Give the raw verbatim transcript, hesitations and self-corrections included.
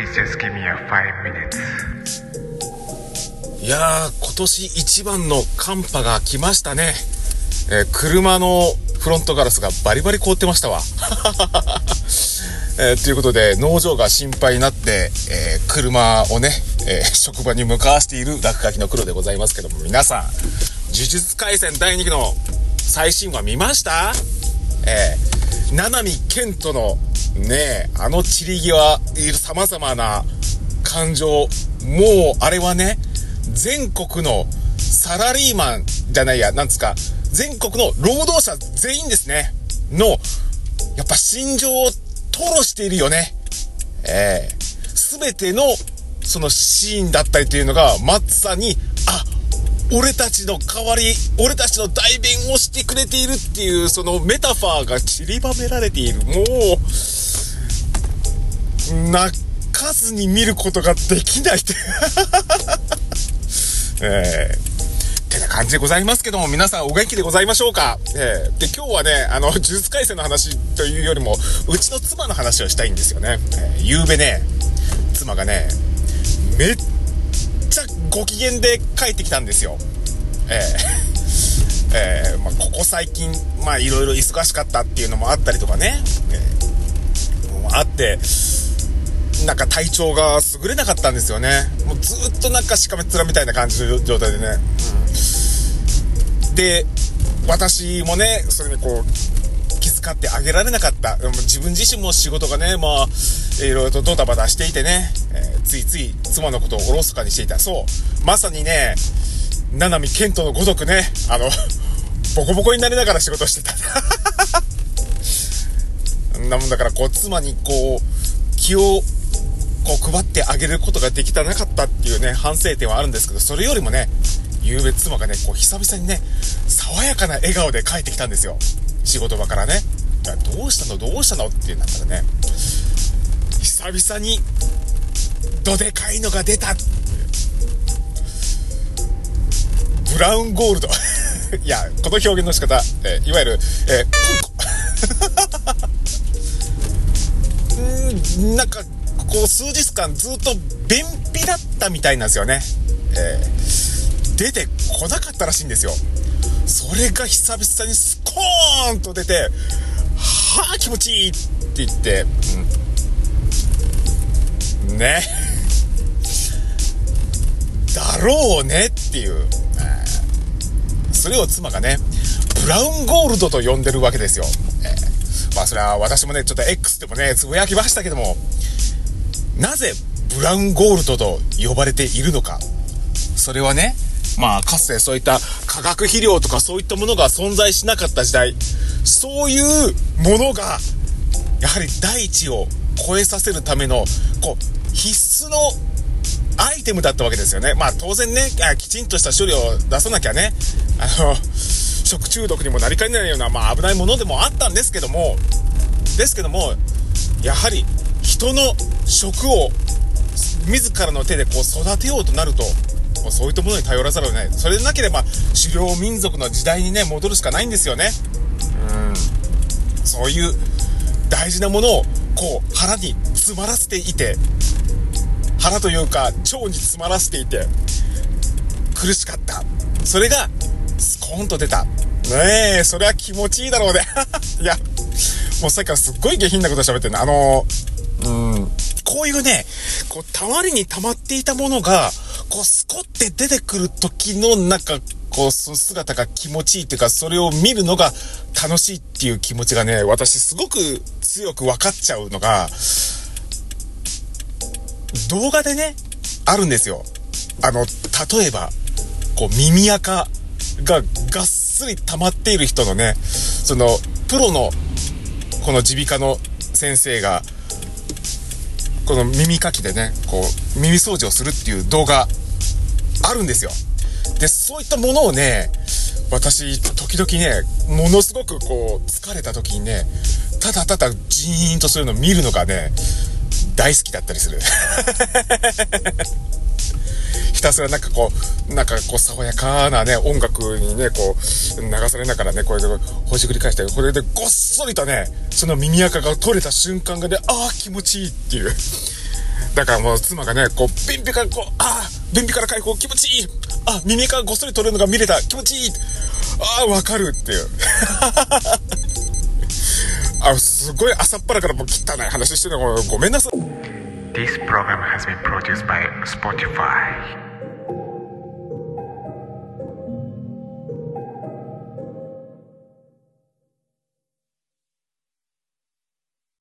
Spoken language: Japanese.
Please just give me a five minutes. いやー、今年一番の寒波が来ましたね。えー、車のフロントガラスがバリバリ凍ってましたわ。えー、ということで農場が心配になって、えー、車をね、えー、職場に向かわしている落書きの黒でございますけども、皆さん呪術廻戦だいにきの最新話見ました？えー、七海健人のね、あの散り際いる様々な感情、もうあれはね、全国のサラリーマンじゃないや、なんつか全国の労働者全員ですねのやっぱ心情を吐露しているよね。えー、すべてのそのシーンだったりというのがまさに、あ、俺たちの代わり、俺たちの代弁をしてくれているっていうそのメタファーが散りばめられている。もう泣かずに見ることができないってえー、てな感じでございますけども、皆さんお元気でございましょうか。えー、で今日はね、あの呪術廻戦の話というよりもうちの妻の話をしたいんですよね。えー、ゆうべね、妻がねめっちゃご機嫌で帰ってきたんですよ。えーえーまあ、ここ最近まあいろいろ忙しかったっていうのもあったりとかね、えー、もうあってなんか体調が優れなかったんですよね。もうずっとなんかしかめっ面みたいな感じの状態でね、うん、で私もねそれにこう気遣ってあげられなかった。自分自身も仕事がね、まあいろいろとドタバタしていてね、えー、ついつい妻のことをおろそかにしていた。そうまさにね、七海健人のごとくね、あのボコボコになりながら仕事してたなもんだから、こう妻にこう気をこう配ってあげることができたなかったっていうね反省点はあるんですけど、それよりもね、ゆうべ妻がねこう久々にね爽やかな笑顔で帰ってきたんですよ、仕事場からね。どうしたのどうしたのってなったらね、久々にどでかいのが出たって、ブラウンゴールドいやこの表現の仕方、えー、いわゆる、えー、うんこうんなんかこう数日間ずっと便秘だったみたいなんですよね。えー、出てこなかったらしいんですよ。それが久々にスコーンと出て、はぁ気持ちいいって言って、うん、ねだろうねっていう、えー、それを妻がねブラウンゴールドと呼んでるわけですよ。えー、まあそれは私もねちょっと X でもねつぶやきましたけども、なぜブラウンゴールドと呼ばれているのか。それはね、まあかつてそういった化学肥料とかそういったものが存在しなかった時代、そういうものがやはり大地を超えさせるためのこう必須のアイテムだったわけですよね。まあ当然ね、きちんとした処理を出さなきゃね、あの食中毒にもなりかねないような、まあ危ないものでもあったんですけどもですけどもやはり人の食を自らの手でこう育てようとなると、そういったものに頼らざるを得ない。それでなければ狩猟民族の時代にね戻るしかないんですよね。うん、そういう大事なものをこう腹に詰まらせていて、腹というか腸に詰まらせていて苦しかった。それがスコーンと出たねえ、それは気持ちいいだろうねいやもうさっきからすっごい下品なこと喋ってるの。あのー、うん、こういうね、こうたわりに溜まっていたものがこうスコって出てくる時のなんかこうその姿が気持ちいいっていうか、それを見るのが楽しいっていう気持ちがね、私すごく強く分かっちゃうのが動画でねあるんですよ。あの例えばこう耳垢ががっすり溜まっている人のね、そのプロのこの耳鼻科の先生がこの耳かきでねこう耳掃除をするっていう動画あるんですよ。でそういったものをね、私時々ねものすごくこう疲れた時にね、ただただジーンとそういうのを見るのがね大好きだったりするひたすらなんかこうなんかこう爽やかなね音楽にねこう流されながらねこれでほじくり返して、これでごっそりとねその耳垢が取れた瞬間がね、ああ気持ちいいっていうだからもう妻がね、こう、便秘からこう、ああ、便秘から解放気持ちいい。あ、耳からごっそり取れるのが見れた。気持ちいい。ああ、わかるっていう。あ、すごい朝っぱらからもう汚い話してるのごめんなさい。 This program has been produced by Spotify.